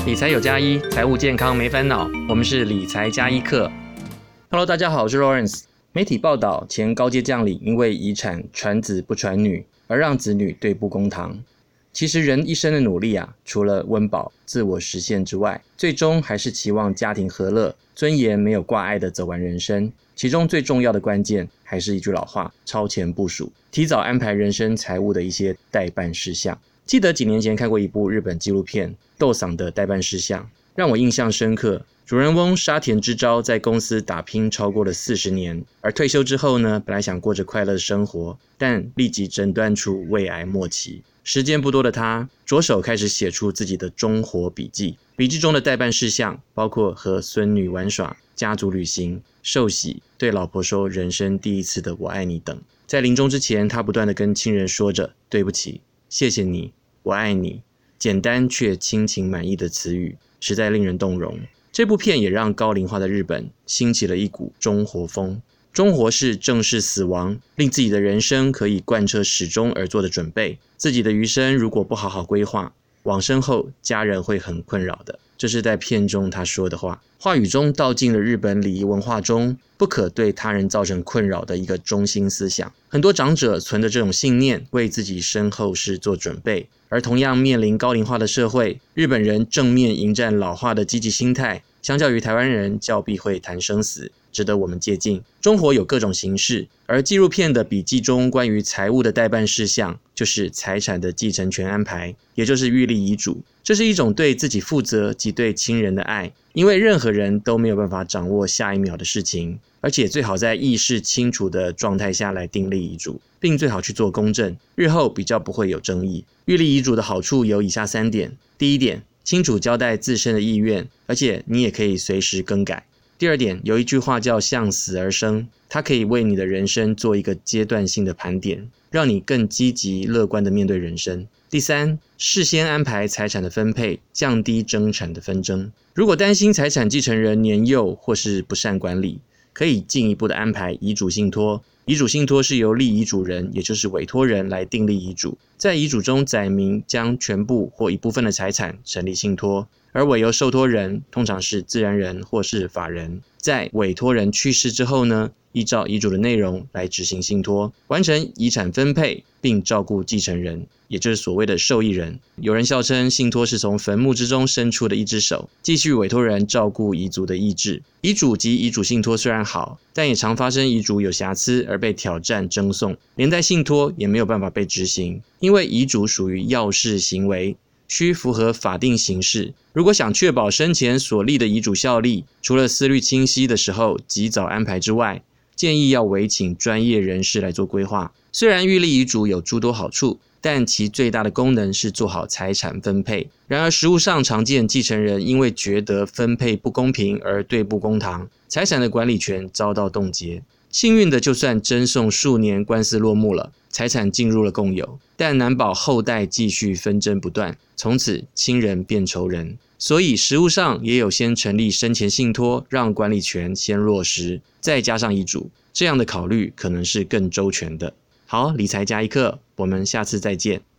理财有加一，财务健康没烦恼。我们是理财加一课。Hello， 大家好，我是 Lawrence。媒体报道，前高阶将领因为遗产传子不传女，而让子女对簿公堂。其实人一生的努力除了温饱、自我实现之外，最终还是期望家庭和乐、尊严没有挂碍的走完人生。其中最重要的关键，还是一句老话：超前部署，提早安排人生财务的一些待办事项。记得几年前看过一部日本纪录片《斗桑的待办事项》，让我印象深刻。主人翁沙田之昭在公司打拼超过了40年，而退休之后呢，本来想过着快乐的生活，但立即诊断出胃癌末期。时间不多的他，着手开始写出自己的终活笔记。笔记中的待办事项包括和孙女玩耍、家族旅行、受洗、对老婆说人生第一次的我爱你等。在临终之前，他不断地跟亲人说着对不起、谢谢你、我爱你，简单却亲情满意的词语，实在令人动容。这部片也让高龄化的日本兴起了一股终活风。终活是正视死亡，令自己的人生可以贯彻始终而做的准备。自己的余生如果不好好规划，往生后家人会很困扰的。这是在片中他说的话。话语中道尽了日本礼仪文化中不可对他人造成困扰的一个中心思想。很多长者存着这种信念，为自己身后事做准备。而同样面临高龄化的社会，日本人正面迎战老化的积极心态，相较于台湾人较避讳谈生死，值得我们借鉴。终活有各种形式，而纪录片的笔记中关于财务的待办事项，就是财产的继承权安排，也就是预立遗嘱。这是一种对自己负责及对亲人的爱，因为任何人都没有办法掌握下一秒的事情，而且最好在意识清楚的状态下来订立遗嘱，并最好去做公证，日后比较不会有争议。预立遗嘱的好处有以下3点。第一点，清楚交代自身的意愿，而且你也可以随时更改。第二点，有一句话叫向死而生，它可以为你的人生做一个阶段性的盘点，让你更积极乐观的面对人生。第三，事先安排财产的分配，降低争产的纷争。如果担心财产继承人年幼或是不善管理，可以进一步的安排遗嘱信托。遗嘱信托是由立遗嘱人，也就是委托人来订立遗嘱，在遗嘱中载明将全部或一部分的财产成立信托，而委由受托人通常是自然人或是法人，在委托人去世之后呢，依照遗嘱的内容来执行信托，完成遗产分配，并照顾继承人，也就是所谓的受益人。有人笑称信托是从坟墓之中伸出的一只手，继续委托人照顾遗族的意志。遗嘱及遗嘱信托虽然好，但也常发生遗嘱有瑕疵而被挑战争讼，连带信托也没有办法被执行，因为遗嘱属于要事行为，需符合法定形式。如果想确保生前所立的遗嘱效力，除了思虑清晰的时候及早安排之外，建议要委请专业人士来做规划。虽然预立遗嘱有诸多好处，但其最大的功能是做好财产分配。然而实务上常见继承人因为觉得分配不公平而对簿公堂，财产的管理权遭到冻结。幸运的就算争讼数年，官司落幕了，财产进入了共有，但难保后代继续纷争不断，从此亲人变仇人。所以实务上也有先成立生前信托，让管理权先落实，再加上遗嘱，这样的考虑可能是更周全的。好，理财加一课，我们下次再见。